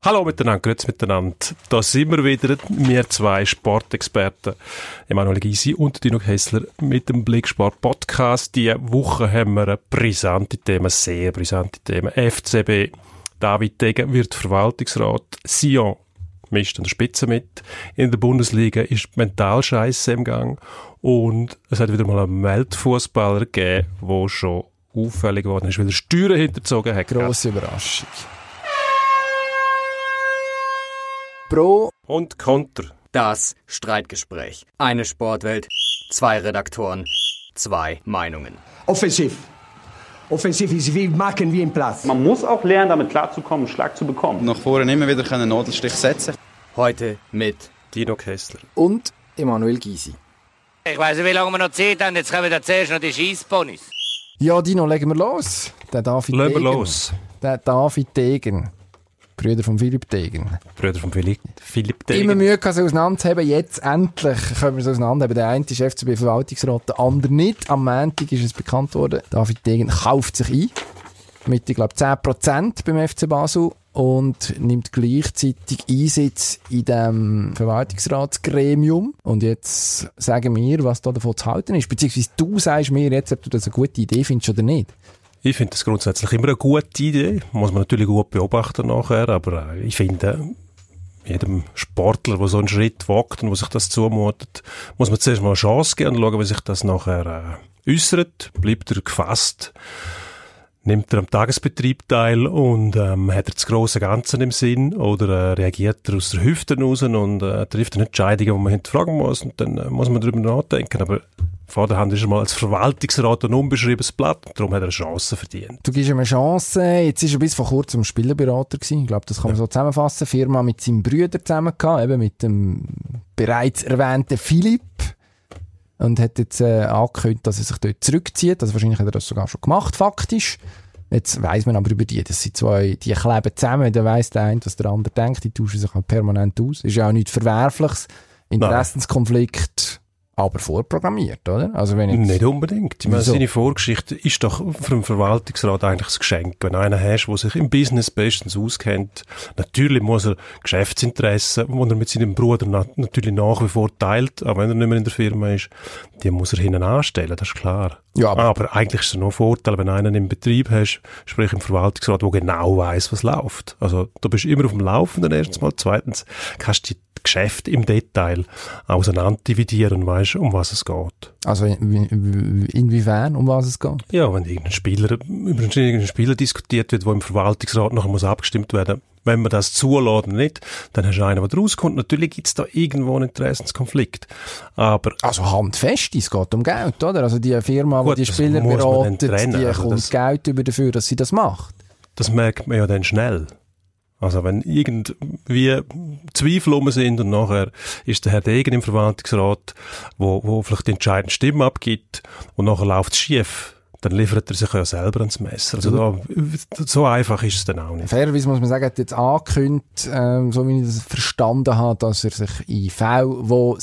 Hallo miteinander, grüezi miteinander. Da sind wir wieder, wir zwei Sportexperten, Emanuel Gysi und Dino Kessler mit dem Blicksport-Podcast. Diese Woche haben wir brisante Themen, sehr brisante Themen. FCB, David Degen wird Verwaltungsrat, Sion mischt an der Spitze mit. In der Bundesliga ist mental Scheisse im Gang und es hat wieder mal einen Weltfußballer gegeben, der schon auffällig geworden ist, weil er Steuern hinterzogen hat. Grosse Überraschung. Pro und Konter. Das Streitgespräch. Eine Sportwelt, zwei Redaktoren, zwei Meinungen. Offensiv. Offensiv ist wie machen wie im Platz. Man muss auch lernen, damit klarzukommen, einen Schlag zu bekommen. Nach vorne immer wieder einen Nadelstich setzen. Heute mit Dino Kessler und Emanuel Gysi. Ich weiss nicht, wie lange wir noch Zeit haben. Jetzt kommen wir zuerst noch die Scheissponys. Ja, Dino, legen wir los. Der David Legen wir Degen. los. Der David Degen. Brüder von Philipp Degen. Brüder von Philipp Degen. Immer Mühe gehabt, sie auseinanderzuheben. Jetzt endlich können wir sie auseinanderheben. Der eine ist FCB-Verwaltungsrat, der andere nicht. Am Montag ist es bekannt worden, David Degen kauft sich ein. Mit, ich glaube, 10% beim FC Basel und nimmt gleichzeitig Einsitz in dem Verwaltungsratsgremium. Und jetzt sagen wir, was da davon zu halten ist. Beziehungsweise du sagst mir jetzt, ob du das eine gute Idee findest oder nicht. Ich finde das grundsätzlich immer eine gute Idee. Muss man natürlich gut beobachten nachher, aber ich finde, jedem Sportler, der so einen Schritt wagt und der sich das zumutet, muss man zuerst mal eine Chance geben und schauen, wie sich das nachher äußert. Bleibt er gefasst, nimmt er am Tagesbetrieb teil und hat er das grosse Ganze im Sinn oder reagiert er aus der Hüfte raus und trifft er Entscheidungen, die man hinterfragen muss und dann muss man darüber nachdenken. Aber vor der Hand ist er mal als Verwaltungsrat ein unbeschriebenes Blatt und darum hat er eine Chance verdient. Du gibst ihm eine Chance. Jetzt war er bis vor kurzem Spielerberater gewesen. Ich glaube, das kann man so zusammenfassen. Firma mit seinem Bruder zusammen gehabt, eben mit dem bereits erwähnten Philipp. Und hat jetzt angekündigt, dass er sich dort zurückzieht. Also wahrscheinlich hat er das sogar schon gemacht, faktisch. Jetzt weiss man aber über die. Das sind zwei, die kleben zusammen. Da weiss der eine, was der andere denkt. Die tauschen sich halt permanent aus. Ist ja auch nichts Verwerfliches. Interessenskonflikt. Aber vorprogrammiert, oder? Also wenn jetzt... Nicht unbedingt. Ich meine, seine Vorgeschichte ist doch für einen Verwaltungsrat eigentlich ein Geschenk. Wenn einer hast, der sich im Business bestens auskennt, natürlich muss er Geschäftsinteressen, die er mit seinem Bruder natürlich nach wie vor teilt, auch wenn er nicht mehr in der Firma ist, die muss er hinten anstellen, das ist klar. Ja, aber eigentlich ist es nur ein Vorteil, wenn einer im Betrieb hast, sprich im Verwaltungsrat, der genau weiss, was läuft. Also du bist immer auf dem Laufenden erstens mal, zweitens kannst du die Geschäfte im Detail auseinander dividieren und weisst, um was es geht. Also inwiefern, um was es geht? Ja, wenn über irgendeinen Spieler diskutiert wird, wo im Verwaltungsrat nachher muss abgestimmt werden, wenn man das zulässt oder nicht, dann hast du einen, der rauskommt. Natürlich gibt es da irgendwo einen Interessenskonflikt. Aber also handfest, es geht um Geld, oder? Also die Firma, gut, die Spieler beratet, die also kommt Geld über dafür, dass sie das macht. Das merkt man ja dann schnell. Also wenn irgendwie Zweifel sind und nachher ist der Herr Degen im Verwaltungsrat, wo vielleicht die entscheidende Stimme abgibt und nachher läuft es schief, dann liefert er sich ja selber ans Messer. Also so einfach ist es dann auch nicht. Fairerweise muss man sagen, er hat jetzt angekündigt, so wie ich das verstanden habe, dass er sich in Fällen, wo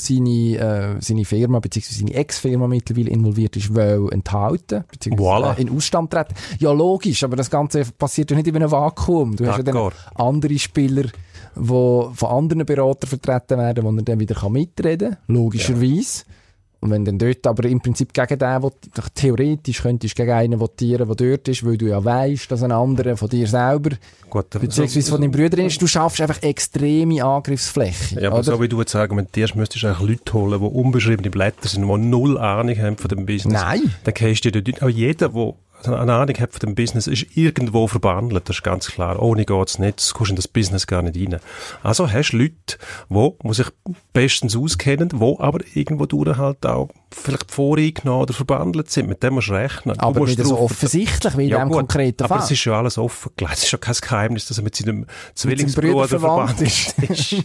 seine Firma bzw. seine Ex-Firma mittlerweile involviert ist, will enthalten, beziehungsweise in Ausstand treten. Ja, logisch, aber das Ganze passiert ja nicht in einem Vakuum. Du hast ja dann andere Spieler, die von anderen Beratern vertreten werden, wo er dann wieder mitreden kann, logischerweise. Ja. Und wenn dann dort aber im Prinzip gegen den, theoretisch könntest du gegen einen votieren, der dort ist, weil du ja weisst, dass ein anderer von dir selber, beziehungsweise von deinen Brüdern ist, du schaffst einfach extreme Angriffsfläche. Ja, aber oder? So wie du jetzt argumentierst, müsstest du eigentlich Leute holen, die unbeschriebene Blätter sind, die null Ahnung haben von dem Business. Nein. Dann gehst du dort, auch jeder, der eine Ahnung hat von dem Business, ist irgendwo verbandelt, das ist ganz klar. Ohne geht's nicht, du kommst in das Business gar nicht rein. Also hast du Leute, die sich bestens auskennen, die aber irgendwo durch halt auch vielleicht voreingenommen oder verbandelt sind. Mit dem musst du rechnen. Aber nicht so offensichtlich wie in diesem konkreten Fall. Aber es ist ja alles offengelegt. Es ist ja kein Geheimnis, dass er mit seinem Zwillingsbruder verwandt ist.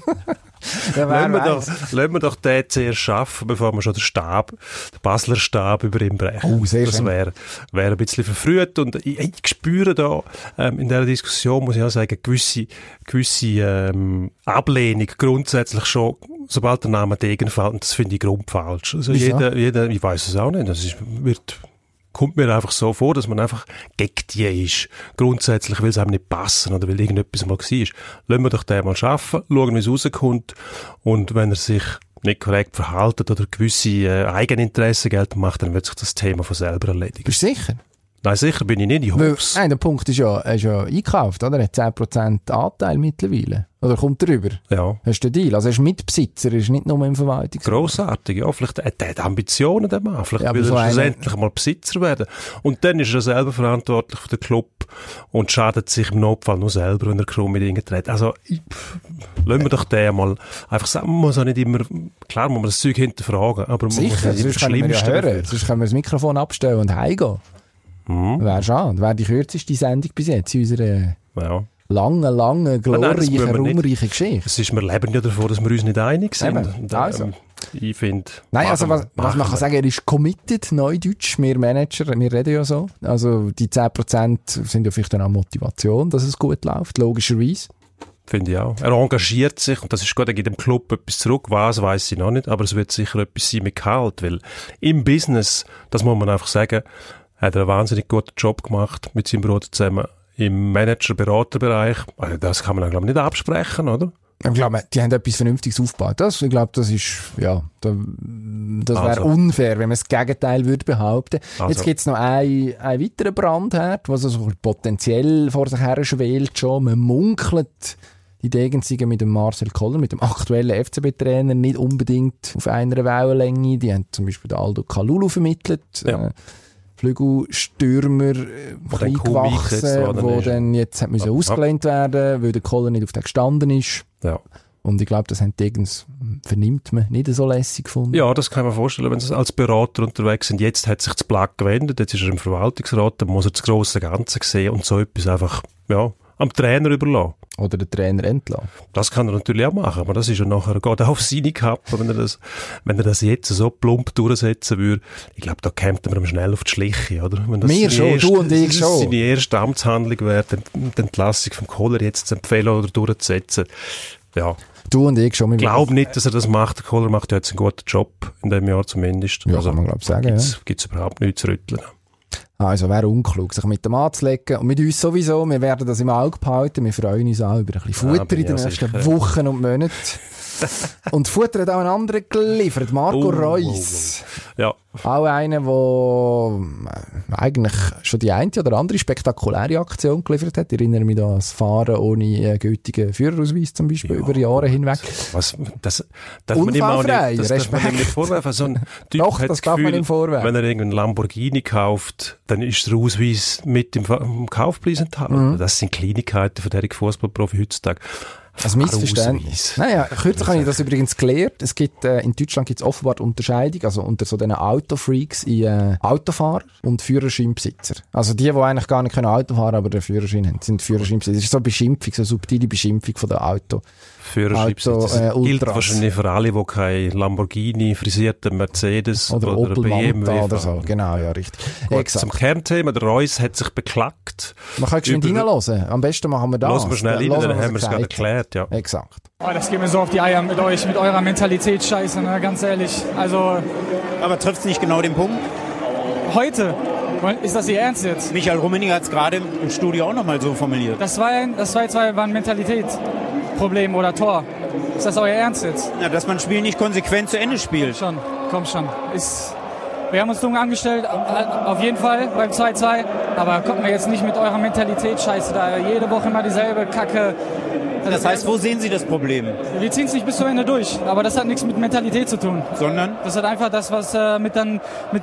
Lassen wir doch den zuerst schaffen, bevor wir schon den Basler Stab über ihn brechen. Oh, das wäre ein bisschen verfrüht. Und ich spüre da in dieser Diskussion, muss ich auch sagen, gewisse Ablehnung grundsätzlich schon, sobald der Name Degen fällt. Und das finde ich grundfalsch. Also jeder, ich weiss es auch nicht, kommt mir einfach so vor, dass man einfach gegen die ist. Grundsätzlich, weil es einem nicht passen oder weil irgendetwas mal war. Lassen wir doch den mal arbeiten, schauen, wie es rauskommt. Und wenn er sich nicht korrekt verhalten oder gewisse Eigeninteressen geltend macht, dann wird sich das Thema von selber erledigen. Bist du sicher? Nein, sicher bin ich nicht, ich hoffe es. Nein, der Punkt ist ja eingekauft, oder? Er hat 10% Anteil mittlerweile. Oder kommt er rüber? Ja. Hast du den Deal? Also er ist Mitbesitzer, er ist nicht nur im Verwaltungsrat. Grossartig, ja. Vielleicht hat er Ambitionen, der Mann. Vielleicht Ja, will so er schlussendlich mal Besitzer werden. Und dann ist er selber verantwortlich für den Club und schadet sich im Notfall nur selber, wenn er krumm mit Dingen dreht. Also, lassen wir doch den mal einfach sagen, man muss auch nicht immer, klar muss man das Zeug hinterfragen, aber man muss Sicher, nicht immer sonst können wir ja Schlimmste hören. Sonst können wir das Mikrofon abstellen und heimgehen. Wäre schade. Wäre die kürzeste Sendung bis jetzt in unserer langen, glorreichen, ruhmreichen Geschichte. Es ist, wir leben ja davon, dass wir uns nicht einig sind. Und, also. Ich finde... Nein, also was man kann sagen, er ist committed, Neudeutsch, wir Manager, wir reden ja so. Also die 10% sind ja vielleicht dann auch Motivation, dass es gut läuft, logischerweise. Finde ich auch. Er engagiert sich und das ist gut, er gibt dem Club etwas zurück. Was, weiss ich noch nicht, aber es wird sicher etwas sein mit Gehalt, weil im Business, das muss man einfach sagen, hat er einen wahnsinnig guten Job gemacht mit seinem Bruder zusammen im Manager-Beraterbereich. Also das kann man dann, glaube ich, nicht absprechen, oder? Ich glaube, die haben etwas Vernünftiges aufgebaut. Ich glaube, das ist, ja, das wäre unfair, wenn man das Gegenteil würde behaupten. Also. Jetzt gibt es noch einen weiteren Brandherd, was also potenziell vor sich her schwelt schon. Man munkelt, die Degenzigen mit dem Marcel Koller, mit dem aktuellen FCB-Trainer, nicht unbedingt auf einer Wellenlänge. Die haben zum Beispiel den Aldo Kalulu vermittelt. Ja. Flügelstürmer, klein gewachsen, der dann jetzt hat müssen ausgelehnt werden, weil der Koller nicht auf den gestanden ist. Ja. Und ich glaube, das haben die Degens, vernimmt man, nicht so lässig gefunden. Ja, das kann man vorstellen, wenn sie als Berater unterwegs sind. Jetzt hat sich das Blatt gewendet, jetzt ist er im Verwaltungsrat, dann muss er das grosse Ganze sehen und so etwas einfach, ja, am Trainer überlassen. Oder den Trainer entlassen. Das kann er natürlich auch machen, aber das ist ja nachher, geht auch auf seine Kappe, wenn er das jetzt so plump durchsetzen würde. Ich glaube, da kämpft man schnell auf die Schliche, oder? Wenn das wir schon, du und ich schon. Seine erste Amtshandlung wäre, die Entlassung vom Kohler jetzt zu empfehlen oder durchzusetzen. Ja. Du und ich schon. Ich glaube nicht, dass er das macht. Der Kohler macht ja jetzt einen guten Job, in dem Jahr zumindest. Ja, also, kann man glaube ich sagen. Gibt's überhaupt nichts zu rütteln. Also wäre unklug, sich mit dem anzulegen. Und mit uns sowieso, wir werden das im Auge behalten. Wir freuen uns auch über ein bisschen Futter in den nächsten Wochen und Monaten. Und Futter hat auch einen anderen geliefert, Marco Reus. Ja. Auch einer, der eigentlich schon die eine oder andere spektakuläre Aktion geliefert hat. Ich erinnere mich da an das Fahren ohne gültigen Führerausweis zum Beispiel über Jahre hinweg. Das darf man ihm auch nicht, das darf man ihm nicht vorwerfen. So ein Typ Doch, hat das darf man ihm vorwerfen. Wenn er irgendeinen Lamborghini kauft, dann ist der Ausweis mit im Kaufpreis enthalten. Das sind Kleinigkeiten für den Fußballprofi heutzutage. Ein Missverständnis. Naja, kürzlich habe ich das übrigens gelernt. Es gibt, in Deutschland gibt es offenbar die Unterscheidung, also unter so diesen Autofreaks in Autofahrer und Führerscheinbesitzer. Also die eigentlich gar nicht Auto fahren, aber den Führerschein haben, sind Führerscheinbesitzer. Das ist so eine Beschimpfung, so eine subtile Beschimpfung von der Führerscheinbesitzer. Das gilt wahrscheinlich für alle, die kein Lamborghini, frisierten Mercedes oder Opel BMW Manta oder so. Genau, ja, richtig. Gut, zum Kernthema, der Reus hat sich beklagt. Man kann geschwind reinhören. Am besten machen wir das. Lassen wir schnell rein, dann haben wir es gerade erklärt. Ja. Exakt. Oh, das geht mir so auf die Eier mit euch, mit eurer Mentalität scheiße, ne? Ganz ehrlich. Also. Aber trifft es nicht genau den Punkt? Heute? Ist das Ihr Ernst jetzt? Michael Rummenigge hat es gerade im Studio auch nochmal so formuliert. Das 2-2 war ein Mentalitätsproblem oder Tor. Ist das euer Ernst jetzt? Ja, dass man ein Spiel nicht konsequent zu Ende spielt. Komm schon. Wir haben uns dumm angestellt, auf jeden Fall beim 2-2. Aber kommt mir jetzt nicht mit eurer Mentalität scheiße da. Jede Woche immer dieselbe Kacke. Das heißt, wo sehen Sie das Problem? Wir ziehen es nicht bis zum Ende durch, aber das hat nichts mit Mentalität zu tun. Sondern? Das hat einfach das, was mit einer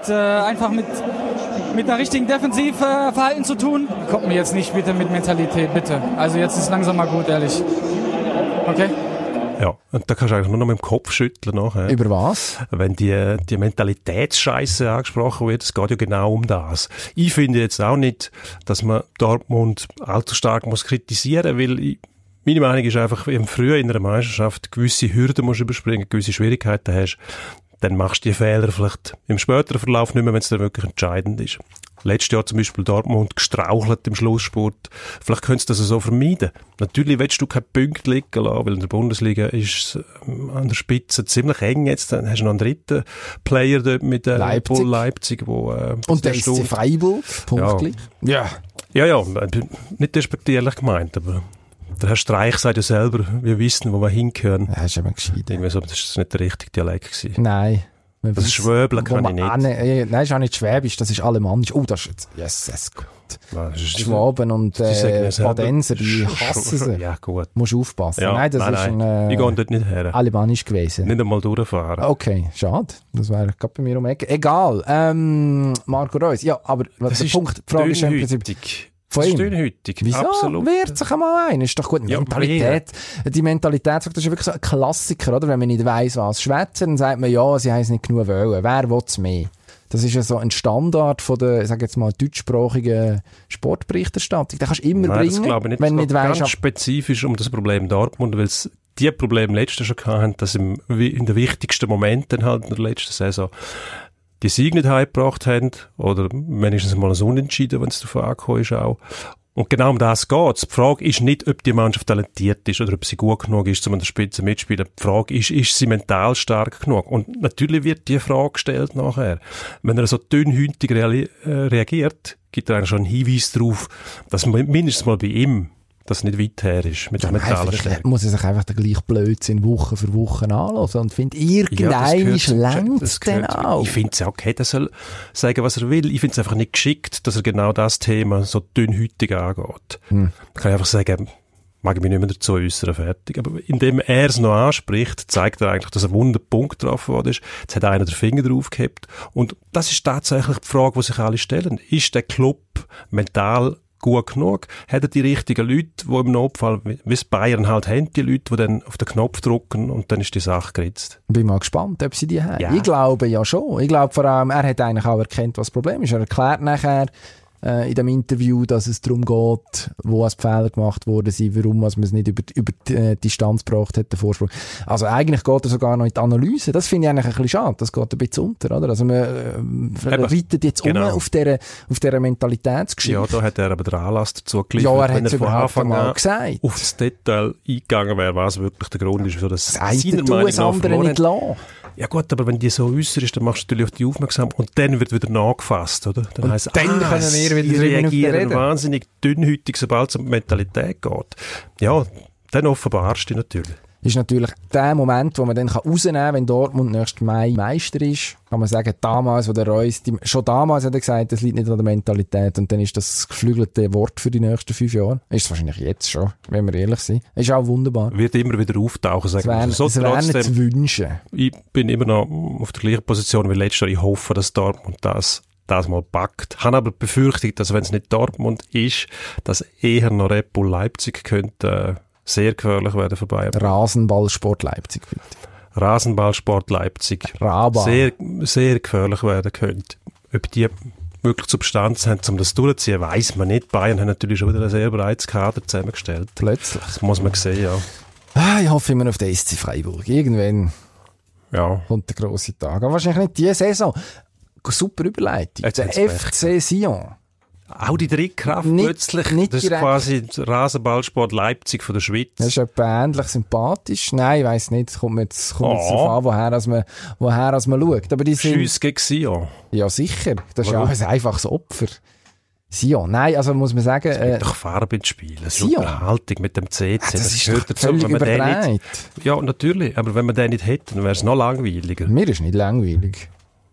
richtigen Defensivverhalten zu tun. Kommt mir jetzt nicht bitte mit Mentalität, bitte. Also jetzt ist langsam mal gut, ehrlich. Okay? Ja, und da kannst du eigentlich nur noch mit dem Kopf schütteln nachher. Über was? Wenn die Mentalitätsscheiße angesprochen wird, es geht ja genau um das. Ich finde jetzt auch nicht, dass man Dortmund allzu stark muss kritisieren, weil meine Meinung ist einfach, wenn früher in einer Meisterschaft gewisse Hürden musst überspringen, gewisse Schwierigkeiten hast, dann machst du die Fehler vielleicht im späteren Verlauf nicht mehr, wenn es dann wirklich entscheidend ist. Letztes Jahr zum Beispiel Dortmund gestrauchelt im Schlussspurt. Vielleicht könntest du das so vermeiden. Natürlich willst du keine Punkte liegen lassen, weil in der Bundesliga ist es an der Spitze ziemlich eng jetzt. Dann hast du noch einen dritten Player dort mit Bull Leipzig, wo und der SC Freiburg, punktgleich. Ja. Ja, nicht despektierlich gemeint, aber der Herr Streich sagt ja selber, wir wissen, wo wir hingehören. Ja, ist eben gescheit. Irgendwie so, das ist nicht der richtige Dialekt gewesen. Nein. Das Schwäbeln kann ich nicht. Nein, ist auch nicht Schwäbisch, das ist Alemannisch. Oh, das ist jetzt, yes, gut. Schwaben und Badenser, die hassen sie. Ja, gut. Musst du aufpassen. Ja, nein, das ist die gehen dort nicht her. Alemannisch gewesen. Nicht einmal durchfahren. Okay, schade. Das wäre gerade bei mir um die Ecke. Egal. Marco Reus. Ja, aber das der ist Punkt, die Frage ist im Prinzip... Das ist dünnhütig. Wieso? Absolut. Wehrt sich einmal ein. Ist doch gut. Ja, Die Mentalität, das ist wirklich so ein Klassiker, oder? Wenn man nicht weiss, was schwätzen, dann sagt man, ja, sie haben es nicht genug wollen. Wer will es mehr? Das ist ja so ein Standard von der, ich sage jetzt mal, deutschsprachigen Sportberichterstattung. Den kannst du immer bringen, das glaube ich nicht. wenn du nicht weißt. Ganz spezifisch um das Problem Dortmund, weil es die Probleme letztes Jahr schon hatten, dass in den wichtigsten Momenten halt in der letzten Saison die Sieg nicht heimgebracht haben, oder wenigstens mal ein Unentschieden, wenn es davon angekommen ist auch. Und genau um das geht's. Die Frage ist nicht, ob die Mannschaft talentiert ist oder ob sie gut genug ist, um an der Spitze mitzuspielen. Die Frage ist sie mental stark genug? Und natürlich wird die Frage gestellt nachher. Wenn er so dünnhütig reagiert, gibt er eigentlich schon einen Hinweis darauf, dass mindestens mal bei ihm das nicht weit her ist mit der mentalen Stärke. Muss er sich einfach den gleichen Blödsinn Woche für Woche anhören und findet, irgendein längt es dann auch. Ich finde es auch okay, er soll sagen, was er will. Ich finde es einfach nicht geschickt, dass er genau das Thema so dünnhütig angeht. Man kann einfach sagen, mag ich mich nicht mehr dazu äußern, fertig. Aber indem er es noch anspricht, zeigt er eigentlich, dass ein Wunderpunkt getroffen worden ist. Jetzt hat einer den Finger drauf gehabt. Und das ist tatsächlich die Frage, die sich alle stellen. Ist der Club mental gut genug? Hat er die richtigen Leute, die im Notfall, wie es Bayern halt haben, die Leute, die dann auf den Knopf drücken und dann ist die Sache geritzt? Bin mal gespannt, ob sie die haben. Ja. Ich glaube ja schon. Ich glaube vor allem, er hat eigentlich auch erkannt, was das Problem ist. Er erklärt nachher in dem Interview, dass es darum geht, wo es Fehler gemacht worden sind, warum man es nicht über die Distanz gebracht hat, den Vorsprung. Also eigentlich geht er sogar noch in die Analyse. Das finde ich eigentlich ein bisschen schade. Das geht ein bisschen unter, oder? Also man reitet jetzt auf dieser Mentalitätsgeschichte. Ja, da hat er aber den Anlass dazu geliefert. Ja, er hat es überhaupt mal gesagt. Auf das Detail eingegangen wäre, was wirklich der Grund ist, wieso das seiner Meinung nach andere nicht lassen. Ja gut, aber wenn die so äußerst, dann machst du natürlich auf die aufmerksam und dann wird wieder nachgefasst, oder? Dann heisst dann können wir wieder reagieren wahnsinnig dünnhütig, sobald es um die Mentalität geht. Ja, dann offenbarst du natürlich. Ist natürlich der Moment, wo man dann rausnehmen kann, wenn Dortmund nächsten Mai Meister ist, kann man sagen, damals, wo der Reus, schon damals hat er gesagt, das liegt nicht an der Mentalität und dann ist das geflügelte Wort für die nächsten 5 Jahre. Ist es wahrscheinlich jetzt schon, wenn wir ehrlich sind. Ist auch wunderbar. Wird immer wieder auftauchen, sagen wir. Es wäre nicht zu wünschen. Ich bin immer noch auf der gleichen Position wie letztes Jahr. Ich hoffe, dass Dortmund das mal packt. Ich habe aber befürchtet, dass wenn es nicht Dortmund ist, dass eher noch Red Bull Leipzig könnte sehr gefährlich werden für Bayern. Rasenballsport Leipzig, bitte. Rasenballsport Leipzig. Sehr, sehr gefährlich werden könnte. Ob die wirklich Substanz haben, um das durchzuziehen, weiss man nicht. Bayern haben natürlich schon wieder ein sehr breites Kader zusammengestellt. Plötzlich. Das muss man sehen, ja. Ich hoffe immer auf den SC Freiburg. Irgendwann kommt der grosse Tag. Aber wahrscheinlich nicht diese Saison. Super Überleitung. Der FC Sion. Auch die Trittkraft plötzlich. Das ist quasi Rasenballsport Leipzig von der Schweiz. Das ist etwa ähnlich sympathisch. Nein, ich weiss nicht. Kommt jetzt darauf an, woher man schaut. Aber die Schüsse gegen Sion. Ja, sicher. Das ist ja ein einfaches Opfer. Sion. Nein, also muss man sagen... Es gibt doch Farbe ins Spiel. Es ist Unterhaltung mit dem CC. Das gehört dazu. Völlig überbreit. Ja, natürlich. Aber wenn wir den nicht hätten, dann wäre es noch langweiliger. Mir ist nicht langweilig.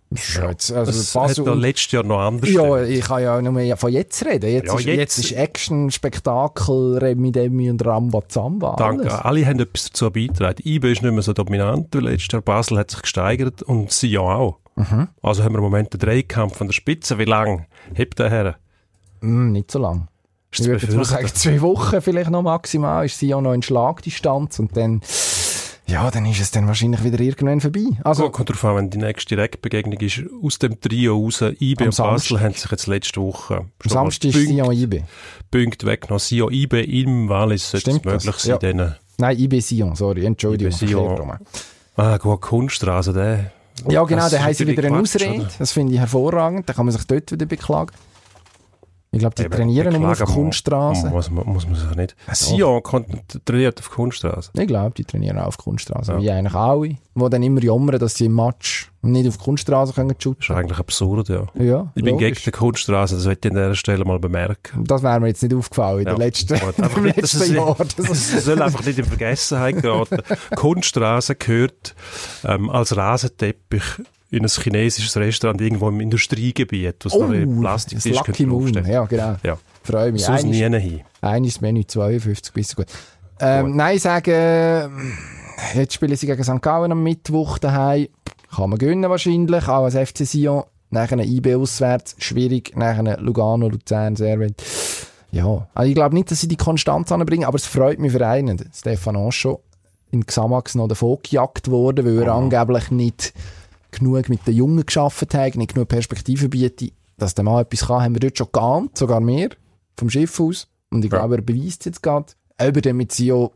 Das hat doch letztes Jahr noch anders. Ja, ich kann ja nur mehr von jetzt reden. Jetzt ist Action, Spektakel, Remi Demi und Rambazamba. Danke. Alle haben etwas dazu beigetragen. IB ist nicht mehr so dominant, weil letztes Jahr Basel hat sich gesteigert und sie ja auch. Also haben wir im Moment den Dreikampf von der Spitze. Wie lange hebt der her? Nicht so lang. Ich würde jetzt mal sagen, 2 Wochen vielleicht noch maximal. Ist sie ja noch in Schlagdistanz und dann... Ja, dann ist es dann wahrscheinlich wieder irgendwann vorbei. Also, kommt darauf an, wenn die nächste Direktbegegnung ist, aus dem Trio raus, IB und Basel haben sich jetzt letzte Woche... Am Samstag ist Sion IB. Punkte weggenommen. Sion IB im Wallis sollte es möglich sein. Ja. Nein, IB Sion, sorry, Entschuldigung. IB Sion. Gut, Kunststraße, Ja, genau, Das dann ist haben sie wieder eine natürlich Quatsch, Ausrede. oder? Das finde ich hervorragend. Dann kann man sich dort wieder beklagen. Ich glaube, die trainieren nur auf Kunststraße. Muss man sich nicht. Sion trainiert auf Kunststraße. Ich glaube, die trainieren auch auf Kunststraße. Wie eigentlich alle, die dann immer jammern, dass sie im Match nicht auf Kunststraße können shooten. Das ist eigentlich absurd, ja. Ja, Ich bin logisch. gegen die Kunststraße, das möchte ich an dieser Stelle mal bemerken. Das wäre mir jetzt nicht aufgefallen in den letzten, im letzten Jahr. Das soll einfach nicht in Vergessenheit geraten. Kunststraße gehört als Rasenteppich in ein chinesisches Restaurant irgendwo im Industriegebiet, was noch in Plastik das ist. Lucky Moon, ja genau. Ja. Freue mich. Sonst nie hin. Eines Menü 52, bis gut. Nein, sagen, jetzt spielen sie gegen St. Gallen am Mittwoch daheim. Kann man gewinnen wahrscheinlich, auch als FC Sion. Nachher IB auswärts, schwierig. Nachher Lugano, Luzern, Servet. Ja, also ich glaube nicht, dass sie die Konstanz anbringen, aber es freut mich für einen. Stefan Ancho in Xamax noch davon gejagt worden, weil er angeblich nicht genug mit den Jungen gearbeitet hat, nicht genug Perspektiven bietet. Dass der Mann etwas kann, haben wir dort schon geahnt, sogar mehr, vom Schiff aus. Und ich glaube, er beweist jetzt gerade, ob er dann mit Sio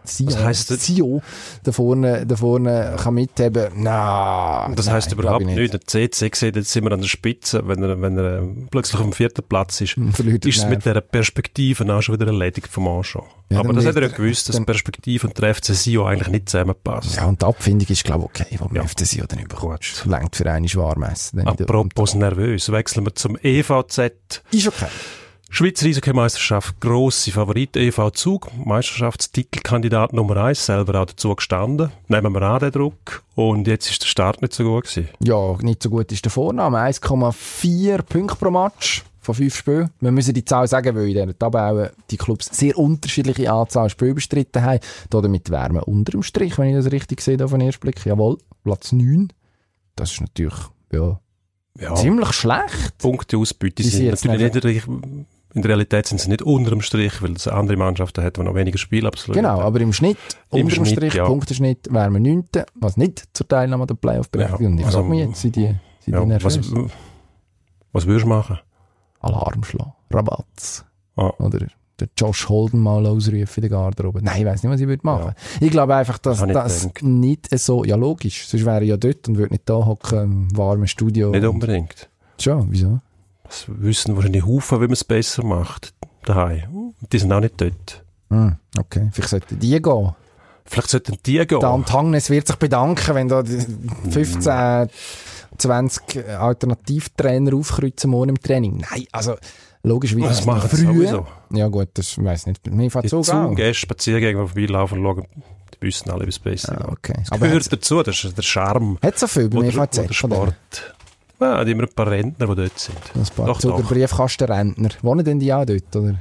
da vorne kann mithaben. Das heisst überhaupt nicht. Der CC sieht jetzt immer an der Spitze, wenn er plötzlich auf dem 4. Platz ist. Ist es mit dieser Perspektive auch schon wieder erledigt vom Anschau. Ja, aber das hat er ja gewusst, dass Perspektive und der FC Sion eigentlich nicht zusammenpassen. Ja, und die Abfindung ist, glaube ich, okay, wo man FC Sion dann überkommt. Längt für eine Schwarmesse. Apropos nervös, wechseln wir zum EVZ. Ist okay. Schweizer Eishockey-Meisterschaft, grosse Favorit, EV Zug, Meisterschaftstitelkandidat Nummer 1, selber auch dazu gestanden. Nehmen wir an, den Druck. Und jetzt ist der Start nicht so gut gewesen. Ja, nicht so gut ist der Vorname. 1,4 Punkte pro Match von 5 Spielen. Wir müssen die Zahl sagen, weil in dieser Tabelle die Clubs sehr unterschiedliche Anzahl Spiele bestritten haben. Damit wären wir unter dem Strich, wenn ich das richtig sehe, auf den ersten Blick. Jawohl, Platz 9. Das ist natürlich, ziemlich schlecht. Punkteausbeute sind natürlich nicht in der Realität sind sie nicht unter dem Strich, weil es andere Mannschaften hat, die noch weniger Spiele absolviert. Genau, aber im Schnitt, unter dem Strich, ja. Punkteschnitt, wären wir 9., was nicht zur Teilnahme an der Playoff-Berechtigung. Ja, Und ich frage mich jetzt, sind die nervös? Was würdest du machen? Alarm schlagen, Rabatz. Oder der Josh Holden mal ausrufen in der Garderobe. Nein, ich weiss nicht, was ich würde machen. Ja. Ich glaube einfach, dass das nicht so, ja logisch, sonst wäre ich ja dort und würde nicht da hocken im warmen Studio. Nicht unbedingt. Schon, wieso? Das wissen wahrscheinlich Haufen, wie man es besser macht daheim. Die sind auch nicht dort. Okay, vielleicht sollten die gehen. Vielleicht sollten die gehen. Der Antagnes wird sich bedanken, wenn da 15, 20 Alternativtrainer aufkreuzen morgen im Training. Nein, also logisch, wie das machen früher. Sowieso. Ja gut, das weiss nicht. Mir fällt so an. Die Gäste Spaziergänge vorbeilaufen und schauen, die wissen alle, wie es besser ist. Okay. Das gehört dazu, das ist der Charme. Hat so viel bei mir oder Sport. Ja, die haben immer ein paar Rentner, die dort sind. Ein paar Zugerbriefkastenrentner. Wohnen denn die auch dort, oder?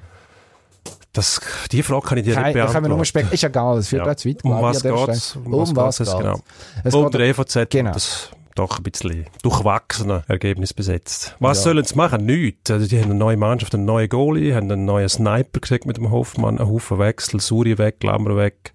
Die Frage kann ich dir nicht beantworten. Ist egal, das führt auch zu weit. Um was geht's? Genau. Und der EVZ das doch ein bisschen durchwachsene Ergebnis besetzt. Was sollen sie machen? Nichts. Also die haben eine neue Mannschaft, einen neuen Goalie, haben einen neuen Sniper gekriegt mit dem Hoffmann, einen Haufen Wechsel, Suri weg, Lammer weg.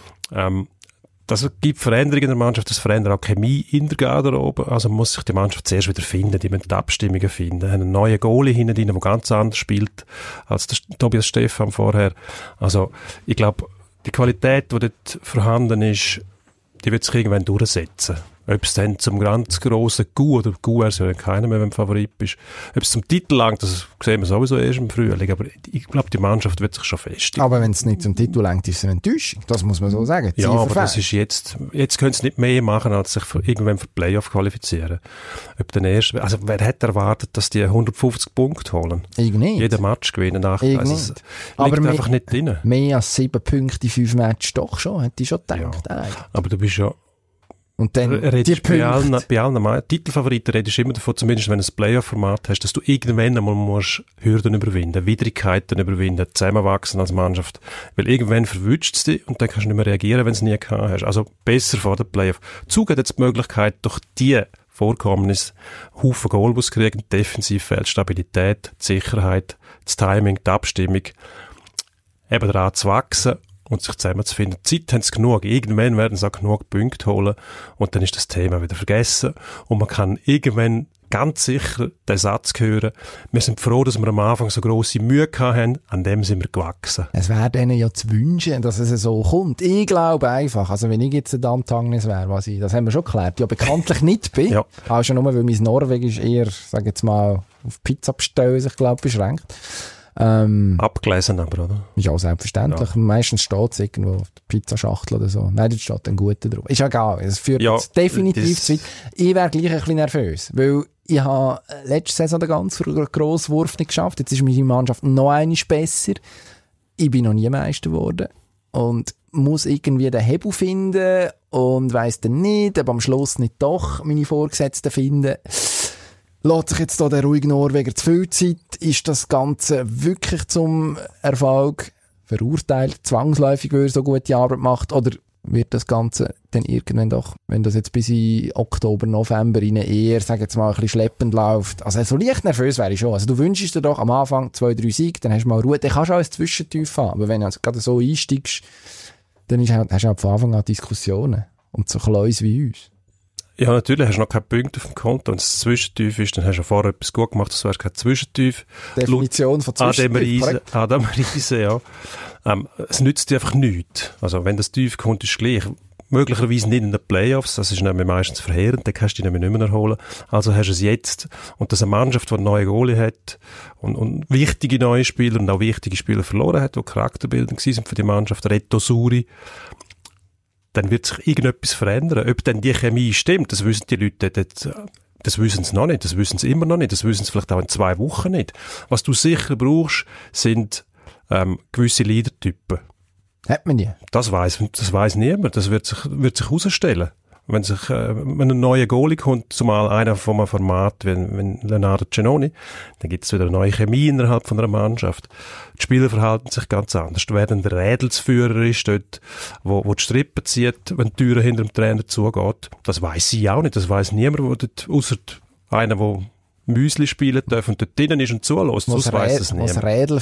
Das gibt Veränderungen in der Mannschaft, das verändert auch Chemie in der Garderobe. Also muss sich die Mannschaft zuerst wieder finden, die müssen die Abstimmungen finden. Haben einen neuen Goalie hinten drin, der ganz anders spielt als der Tobias Stephan vorher. Also ich glaube, die Qualität, die dort vorhanden ist, die wird sich irgendwann durchsetzen. Ob es dann zum ganz grossen Coup, oder Coup ist ja keiner mehr, wenn du Favorit bist, ob es zum Titel langt, das sehen wir sowieso erst im Frühling, aber ich glaube, die Mannschaft wird sich schon festigen. Aber wenn es nicht zum Titel langt, ist es eine Enttäuschung, das muss man so sagen. Ja, aber das ist jetzt können sie nicht mehr machen, als sich irgendwann für Playoff qualifizieren. Also wer hätte erwartet, dass die 150 Punkte holen? Ich nicht. Jeden Match gewinnen. Also es liegt aber einfach nicht drin. Mehr als 7 Punkte in 5 Matches doch schon, hätte ich schon gedacht. Ja. Aber du bist ja und dann bei allen Titelfavoriten redest du immer davon, zumindest wenn du ein Playoff-Format hast, dass du irgendwann einmal musst Hürden überwinden, Widrigkeiten überwinden, zusammenwachsen als Mannschaft. Weil irgendwann verwünscht es dich und dann kannst du nicht mehr reagieren, wenn du es nie gehabt hast. Also besser vor der Playoff. Zug hat jetzt die Möglichkeit, durch die Vorkommnisse Haufen Goalbus kriegen, Defensivfeld, Stabilität, die Sicherheit, das Timing, die Abstimmung, eben daran zu wachsen und sich zusammenzufinden. Zeit haben sie genug. Irgendwann werden sie auch genug Punkte holen und dann ist das Thema wieder vergessen und man kann irgendwann ganz sicher den Satz hören, wir sind froh, dass wir am Anfang so grosse Mühe hatten, an dem sind wir gewachsen. Es wäre denen ja zu wünschen, dass es so kommt. Ich glaube einfach, also wenn ich jetzt ein Antagnes wäre, was ich, das haben wir schon geklärt, ja bekanntlich nicht bin, ja. Auch schon nur, weil mein Norwegisch eher, sag jetzt mal, auf Pizza bestellen sich, glaube ich, beschränkt. Abgelesen aber, oder? Ist auch selbstverständlich. Ja. Meistens steht es irgendwo auf der Pizzaschachtel oder so. Nein, dort steht ein guter drauf. Ist ja egal. Es führt jetzt definitiv zu weit. Ich wäre gleich ein bisschen nervös, weil ich habe letzte Saison den ganz grossen Wurf nicht geschafft. Jetzt ist meine Mannschaft noch einmal besser. Ich bin noch nie Meister geworden und muss irgendwie den Hebel finden und weiss dann nicht, ob am Schluss nicht doch meine Vorgesetzten finden. Lässt sich jetzt da der ruhige Norweger zu viel Zeit? Ist das Ganze wirklich zum Erfolg verurteilt, zwangsläufig, weil er so gute Arbeit macht? Oder wird das Ganze dann irgendwann doch, wenn das jetzt bis in Oktober, November in eher, sag jetzt mal, ein bisschen schleppend läuft? Also so leicht nervös wäre ich schon. Also du wünschst dir doch am Anfang 2-3 Siege, dann hast du mal Ruhe, dann kannst du auch ein Zwischentief haben. Aber wenn du also gerade so einsteigst, dann hast du auch von Anfang an Diskussionen. Und so Kleus wie uns. Ja, natürlich hast du noch keine Punkte auf dem Konto. Wenn es Zwischentief ist, dann hast du ja vorher etwas gut gemacht, das wäre kein Zwischentief. Definition von Zwischentief. Adam Riese, ja. Es nützt dir einfach nichts. Also, wenn das Tief kommt, ist es gleich. Möglicherweise nicht in den Playoffs, das ist nämlich meistens verheerend, dann kannst du dich nicht mehr erholen. Also hast du es jetzt. Und dass eine Mannschaft, die einen neuen Goalie hat und wichtige neue Spieler und auch wichtige Spieler verloren hat, die charakterbildend waren für die Mannschaft, Reto Suri, dann wird sich irgendetwas verändern. Ob dann die Chemie stimmt, das wissen die Leute, das wissen sie noch nicht, das wissen sie immer noch nicht, das wissen sie vielleicht auch in 2 Wochen nicht. Was du sicher brauchst, sind gewisse Leadertypen. Hat man die? Das weiss niemand, das wird sich herausstellen. Wenn ein neuer Goalie kommt, zumal einer von einem Format wie Leonardo Giannoni, dann gibt es wieder eine neue Chemie innerhalb von einer Mannschaft. Die Spieler verhalten sich ganz anders. Wer dann der Rädelsführer ist, dort, wo die Strippen zieht, wenn die Türe hinter dem Trainer zugeht, das weiss sie auch nicht. Das weiss niemand, ausser einer, der Müsli spielen darf und dort drinnen ist und zulässt. Was Rädel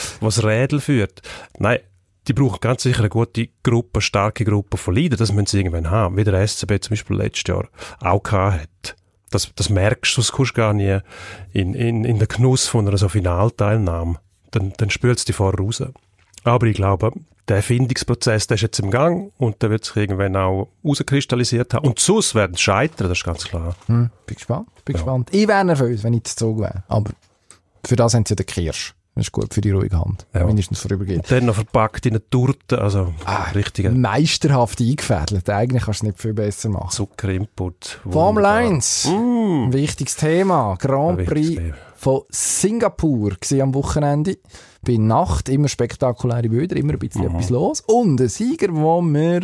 führt. Nein. Die brauchen ganz sicher eine gute Gruppe, starke Gruppe von Leadern. Das müssen sie irgendwann haben. Wie der SCB zum Beispiel letztes Jahr auch gehabt hat. Das merkst du, sonst kommst du gar nie in den Genuss von einer so Finalteilnahme. Dann spürt es dich vorher raus. Aber ich glaube, der Erfindungsprozess, der ist jetzt im Gang und der wird sich irgendwann auch rauskristallisiert haben. Und sonst werden sie scheitern, das ist ganz klar. Bin gespannt. Ich wäre nervös, wenn ich gezogen wäre. Aber für das haben sie ja den Kirsch. Das ist gut für die ruhige Hand. Ja. Mindestens vorübergehend. Und dann noch verpackt in eine Torte, also richtig. Meisterhaft eingefädelt. Eigentlich kannst du es nicht viel besser machen. Zuckerinput. Formel 1. Wichtiges Thema. Grand Prix von Singapur war am Wochenende. Bei Nacht immer spektakuläre Bilder, immer ein bisschen etwas los. Und ein Sieger, wo wir,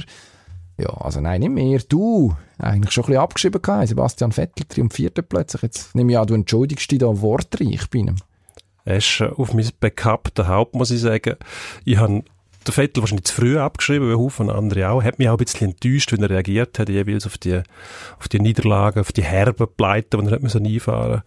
nicht mehr, du eigentlich schon ein bisschen abgeschrieben hast. Sebastian Vettel triumphierte plötzlich. Jetzt nehme ich an, du entschuldigst dich da wortreich bei ihm. Er ist auf mein bekapptes Haupt, muss ich sagen. Ich habe den Vettel wahrscheinlich zu früh abgeschrieben, wie Haufen andere auch. Hat mich auch ein bisschen enttäuscht, wenn er reagiert hat, jeweils auf die Niederlagen, auf die herben Pleiten, die er hat einfahren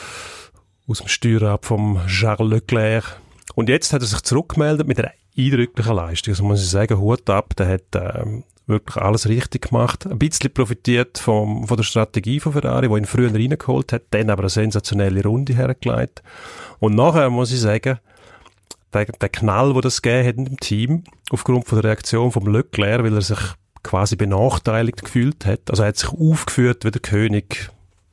aus dem Steuerrad vom Charles Leclerc. Und jetzt hat er sich zurückgemeldet mit einer eindrücklichen Leistung. Also muss ich sagen, Hut ab, der hat wirklich alles richtig gemacht. Ein bisschen profitiert von der Strategie von Ferrari, die ihn früher reingeholt hat, dann aber eine sensationelle Runde hergelegt. Und nachher muss ich sagen, der Knall, den das gegeben hat in dem Team, aufgrund von der Reaktion vom Leclerc, weil er sich quasi benachteiligt gefühlt hat. Also er hat sich aufgeführt wie der König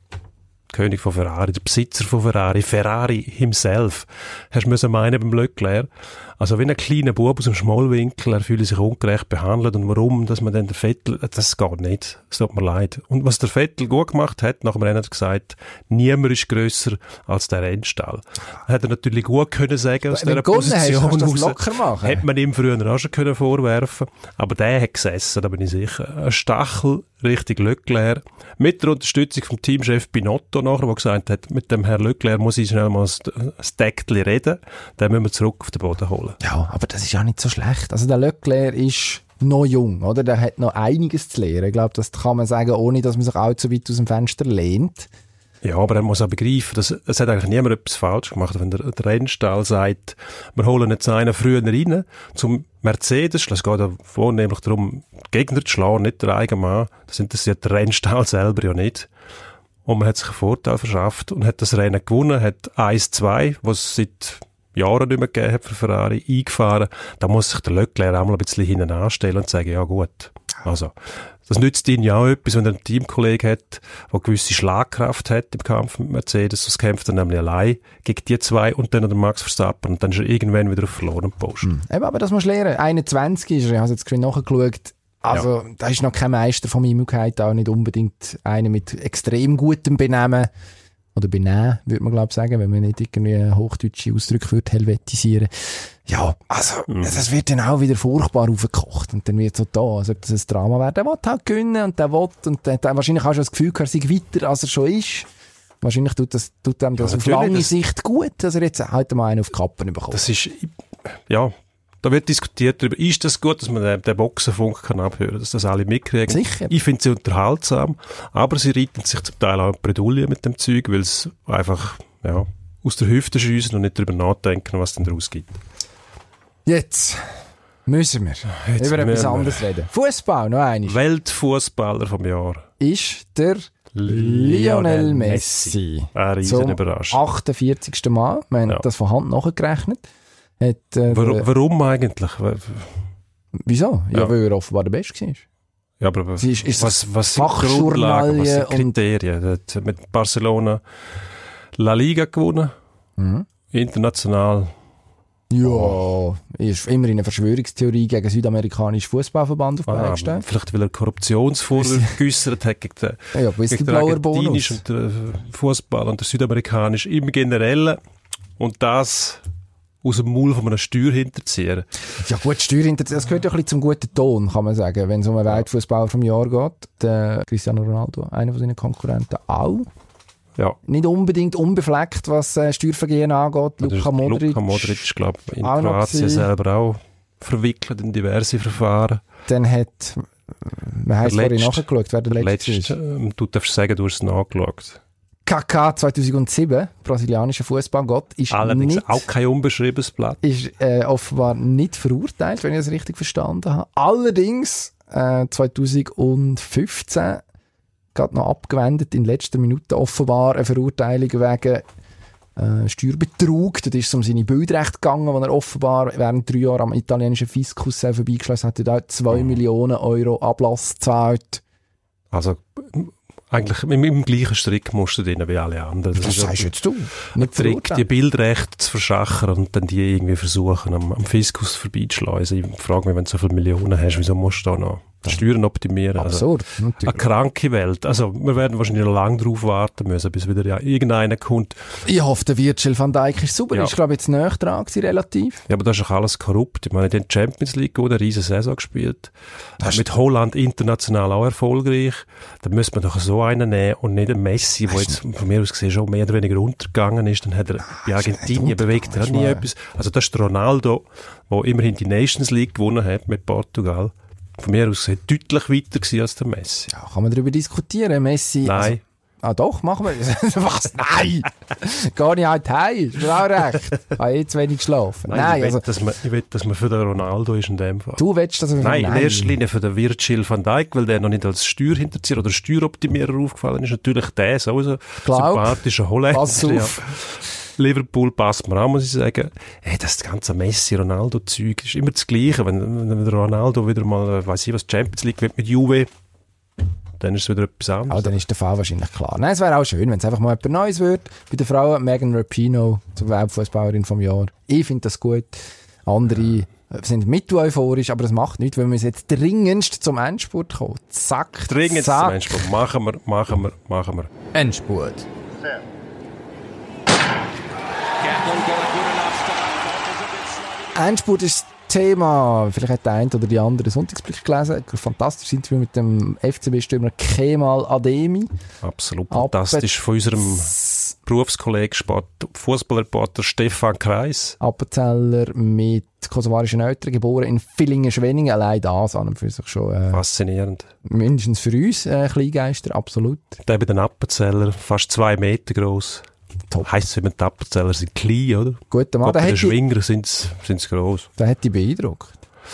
von Ferrari, der Besitzer von Ferrari himself. Hast du meinen beim Leclerc? Also wie ein kleiner Bub aus dem Schmollwinkel, er fühlt sich ungerecht behandelt und warum, dass man dann der Vettel, das geht nicht, es tut mir leid. Und was der Vettel gut gemacht hat, nach dem Rennen hat er gesagt, niemand ist grösser als der Rennstall. Hat er natürlich gut können sagen, aus dieser Position raus. Hätte man ihm früher auch schon können vorwerfen, aber der hat gesessen, da bin ich sicher. Ein Stachel Richtung Leclerc, mit der Unterstützung vom Teamchef Binotto nachher, der gesagt hat, mit dem Herrn Leclerc muss ich schnell mal ein Deckchen reden, den müssen wir zurück auf den Boden holen. Ja, aber das ist ja nicht so schlecht. Also der Leclerc ist noch jung, oder? Der hat noch einiges zu lernen. Ich glaube, das kann man sagen, ohne dass man sich allzu weit aus dem Fenster lehnt. Ja, aber er muss auch begreifen, es hat eigentlich niemand etwas falsch gemacht. Wenn der Rennstall sagt, wir holen jetzt einen früher rein, zum Mercedes, es geht ja vornehmlich darum, Gegner zu schlagen, nicht der eigene Mann. Das interessiert der Rennstall selber ja nicht. und man hat sich einen Vorteil verschafft und hat das Rennen gewonnen, hat 1-2, was es seit Jahren nicht mehr gegeben hat für Ferrari, eingefahren. Da muss sich der Leclerc auch mal ein bisschen hinten anstellen und sagen, ja gut, also das nützt ihnen ja auch etwas, wenn er einen Teamkollegen hat, der eine gewisse Schlagkraft hat im Kampf mit Mercedes. Das kämpft er nämlich allein gegen die zwei und dann der Max Verstappen. Und dann ist er irgendwann wieder auf verloren Posten. Aber das musst du lernen. 21 ist er, ich habe jetzt gerade nachgeschaut. Also, da ist noch kein Meister von Mimigkeit, auch nicht unbedingt einer mit extrem gutem Benehmen. Oder Benehmen, würde man, glaube ich, sagen, wenn man nicht irgendwie hochdeutsche Ausdrücke würde helvetisieren. Ja, also, das wird dann auch wieder furchtbar aufgekocht. Und dann wird so da, als ob das ein Drama wäre. Der will halt gewinnen und der will, und der hat wahrscheinlich auch schon das Gefühl, er sei weiter, als er schon ist. Wahrscheinlich tut ihm das auf lange Sicht gut, dass er jetzt halt mal einen auf die Kappen bekommt. Das ist, ja, da wird diskutiert darüber, ist das gut, dass man den Boxenfunk kann abhören, dass das alle mitkriegen. Sicher. Ich finde sie unterhaltsam, aber sie reiten sich zum Teil auch in Bredouille mit dem Zeug, weil es einfach, ja, aus der Hüfte schiessen und nicht darüber nachdenken, was denn daraus gibt. Jetzt müssen wir über etwas anderes reden. Fußball, noch einmal. Weltfußballer vom Jahr ist der Lionel Messi. Eine riesen Überraschung. 48. Mal. Wir haben das von Hand nachgerechnet. Warum eigentlich? Wieso? Ja, weil er offenbar der Beste war. Ja, aber was sind Fachjournalien was sind Kriterien? Er hat mit Barcelona La Liga gewonnen. International. Ja, ist immerhin eine Verschwörungstheorie gegen den südamerikanischen Fußballverband auf den Weg gestellt. Vielleicht, weil er Korruptionsvorwürfe geäussert hat gegen den argentinischen Fußball und der südamerikanische im Generellen. Und das aus dem Maul von einer Steuer hinterziehen. Ja gut, Steuer hinterziehen, das gehört ja ein bisschen zum guten Ton, kann man sagen. Wenn es um einen Weltfußballer vom Jahr geht, der Cristiano Ronaldo, einer von seinen Konkurrenten, auch. Ja. Nicht unbedingt unbefleckt, was Steuervergehen angeht. Luka Modric, glaube ich, in Kroatien selber auch verwickelt in diverse Verfahren. Dann hat, man hat vorhin nachgeschaut, wer der Letzte ist. Du darfst sagen, du hast es nachgeschaut. Kaká 2007, brasilianischer Fußballgott, ist allerdings nicht, auch kein unbeschriebenes Blatt. Ist offenbar nicht verurteilt, wenn ich das richtig verstanden habe. Allerdings 2015 gerade noch abgewendet, in letzter Minute offenbar eine Verurteilung wegen Steuerbetrug. Dort ist es um seine Bildrechte gegangen, die er offenbar während 3 Jahren am italienischen Fiskus vorbeigeschlossen hat. Dort auch 2 Millionen Euro Ablass gezahlt. Also eigentlich im gleichen Strick musst du drin wie alle anderen. Das sagst jetzt du. Nicht Trick, die Bildrechte zu verschachern und dann die irgendwie versuchen, am Fiskus vorbeizuschleusen. Ich frage mich, wenn du so viele Millionen hast, wieso musst du da noch Steuern optimieren? Absurd, also, eine kranke Welt. Also, wir werden wahrscheinlich noch lange drauf warten müssen, bis wieder irgendeiner kommt. Ich hoffe, der Virgil van Dijk ist super. Ja. Ist, glaube ich, jetzt näher dran gewesen, relativ. Ja, aber das ist doch alles korrupt. Ich meine, in der Champions League eine riesen Saison gespielt. Mit Holland international auch erfolgreich. Da müsste man doch so einen nehmen und nicht einen Messi, der jetzt von mir aus gesehen schon mehr oder weniger untergegangen ist. Dann hat er bei Argentinien bewegt. Er hat nie etwas. Also, das ist der Ronaldo, der immerhin die Nations League gewonnen hat mit Portugal. Von mir aus gesehen deutlich weiter gewesen als der Messi. Ja, kann man darüber diskutieren. Messi. Nein. Also, doch, machen wir. Was? Nein! Gar nicht halt heim. Ist mir auch recht. Ich habe zu wenig geschlafen. Nein, ich will, dass man für den Ronaldo ist in dem Fall. Du willst, dass er Nein, in erster Linie für den Virgil van Dijk, weil der noch nicht als Steuerhinterzieher oder Steueroptimierer aufgefallen ist. Natürlich der, so ein sympathischer Holländer. Pass auf. Liverpool passt mir an, muss ich sagen. Hey, das ganze Messi-Ronaldo-Zeug ist immer das Gleiche. Wenn der Ronaldo wieder mal, weiss ich was, Champions League wird mit Juve, dann ist es wieder etwas anderes. Aber dann ist der Fall wahrscheinlich klar. Nein, es wäre auch schön, wenn es einfach mal etwas Neues wird. Bei den Frauen Megan Rapinoe zur Weltfußballerin vom Jahr. Ich finde das gut. Andere sind mitteleuphorisch, aber das macht nichts, weil wir jetzt dringendst zum Endspurt kommen. Zack, dringendst zack. Zum Endspurt. Machen wir. Endspurt. Endspurt ist das Thema. Vielleicht hat der eine oder die andere Sonntagsblick gelesen. Ein fantastisches Interview mit dem FCB-Stürmer Kemal Ademi. Absolut fantastisch. Von unserem Berufskollegen, Fußballreporter Stefan Kreis. Appenzeller mit kosovarischen Eltern, geboren in Villingen-Schwenningen. Allein das an und für sich schon faszinierend. Mindestens für uns Kleingeister, absolut. Der bei den Appenzeller, fast 2 Meter gross. Top. Heisst es immer, die Appenzeller sind klein, oder? Gut, der Mann, bei den Schwingern sind sie gross. Der hat dich beeindruckt.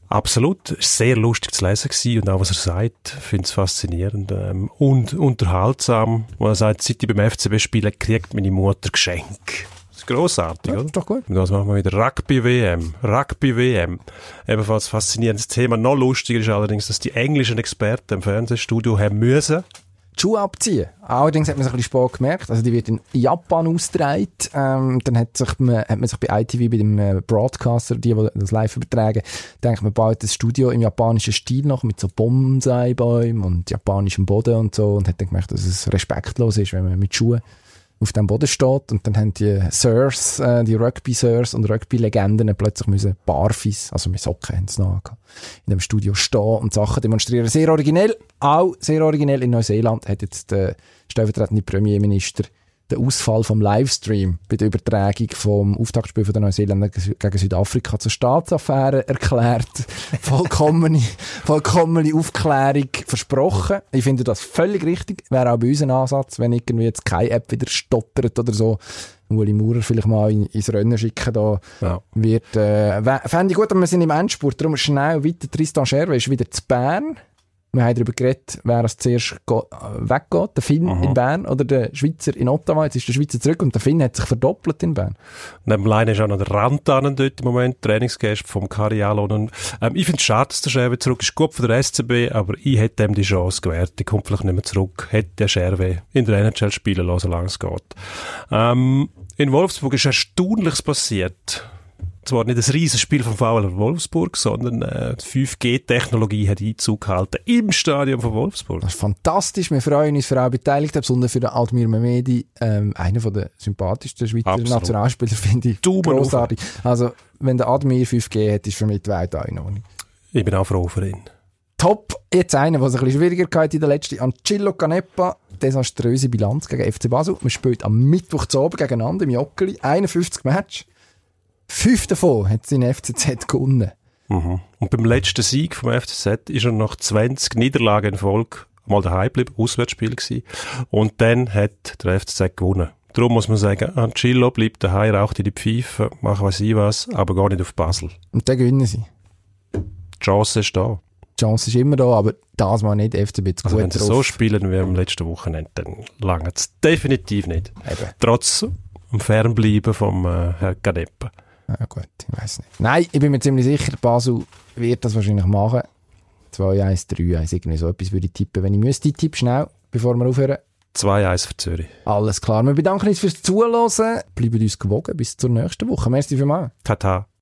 Absolut. Es war sehr lustig zu lesen gewesen. Und auch, was er sagt, finde ich faszinierend und unterhaltsam. Wo er sagt, seit ich beim FCB spiele, kriegt meine Mutter Geschenke. Das ist grossartig, oder? Ist doch gut. Und das machen wir wieder Rugby-WM. Rugby-WM. Ebenfalls faszinierendes Thema. Noch lustiger ist allerdings, dass die englischen Experten im Fernsehstudio haben müssen die Schuhe abziehen. Allerdings hat man sich ein bisschen spät gemerkt. Also die wird in Japan ausgetragen. Dann hat man sich bei ITV, bei dem Broadcaster, die das live übertragen, denkt man baut das Studio im japanischen Stil noch mit so Bonsai-Bäumen und japanischem Boden und so und hat dann gemerkt, dass es respektlos ist, wenn man mit Schuhen auf dem Boden steht. Und dann haben die Sirs, die Rugby-Sirs und Rugby-Legenden plötzlich müssen barfuß, also mit Socken haben sie noch in dem Studio stehen und Sachen demonstrieren. Sehr originell. Auch sehr originell in Neuseeland hat jetzt der stellvertretende Premierminister den Ausfall vom Livestream bei der Übertragung vom Auftaktspiel von den Neuseeländer gegen Südafrika zur Staatsaffäre erklärt. Vollkommene Aufklärung versprochen. Ich finde das völlig richtig. Wäre auch bei uns ein Ansatz, wenn irgendwie jetzt keine App wieder stottert oder so. Uli Maurer vielleicht mal ins Rennen schicken. Da wird, fände ich gut, aber wir sind im Endspurt. Darum schnell weiter. Tristan Scherwe ist wieder zu Bern. Wir haben darüber geredet, wer als zuerst weggeht. Der Finn in Bern oder der Schweizer in Ottawa. Jetzt ist der Schweizer zurück und der Finn hat sich verdoppelt in Bern. Neben Leine ist auch noch der Rantanen dort im Moment, Trainingsgast vom Karialon. Ich finde es schade, dass der Scherwe zurück ist. Gut für den SCB, aber ich hätte ihm die Chance gewährt. Der kommt vielleicht nicht mehr zurück. Hätte der Scherwe in der NHL spielen lassen, solange es geht. In Wolfsburg ist Erstaunliches passiert. Zwar nicht ein Riesenspiel vom VfL Wolfsburg, sondern die 5G-Technologie hat Einzug gehalten im Stadion von Wolfsburg. Das ist fantastisch. Wir freuen uns für alle Beteiligten, besonders für den Admir Mehmedi, einer der sympathischsten Schweizer Nationalspieler, finde ich. Grossartig. Also, wenn der Admir 5G hat, ist für mich die Welt auch in Ordnung. Ich bin auch froh für ihn. Top. Jetzt einer, der es ein bisschen schwieriger hatte in der letzten, Angelo Canepa. Desaströse Bilanz gegen FC Basel. Man spielt am Mittwoch zu Abend gegeneinander im Joggeli. 51 Matches. 5 davon hat sein FCZ gewonnen. Und beim letzten Sieg vom FCZ ist er nach 20 Niederlagen in Folge mal daheim geblieben, Auswärtsspiel gewesen. Und dann hat der FCZ gewonnen. Darum muss man sagen, Angelo bleibt daheim, raucht in die Pfeife, macht weiss ich was, aber gar nicht auf Basel. Und dann gewinnen sie. Die Chance ist da. Die Chance ist immer da, aber das mal nicht FCB zu gut wenn sie so spielen wie am letzten Wochenende, dann langt es definitiv nicht. Eben. Trotz dem Fernbleiben vom Herrn Canepa. Ja gut, ich weiss nicht. Nein, ich bin mir ziemlich sicher, Basel wird das wahrscheinlich machen. 2-1, 3-1, irgendwie so etwas würde ich tippen. Wenn ich müsste, tippe schnell, bevor wir aufhören. 2-1 für Zürich. Alles klar. Wir bedanken uns fürs Zuhören. Bleiben uns gewogen bis zur nächsten Woche. Merci vielmals. Tata.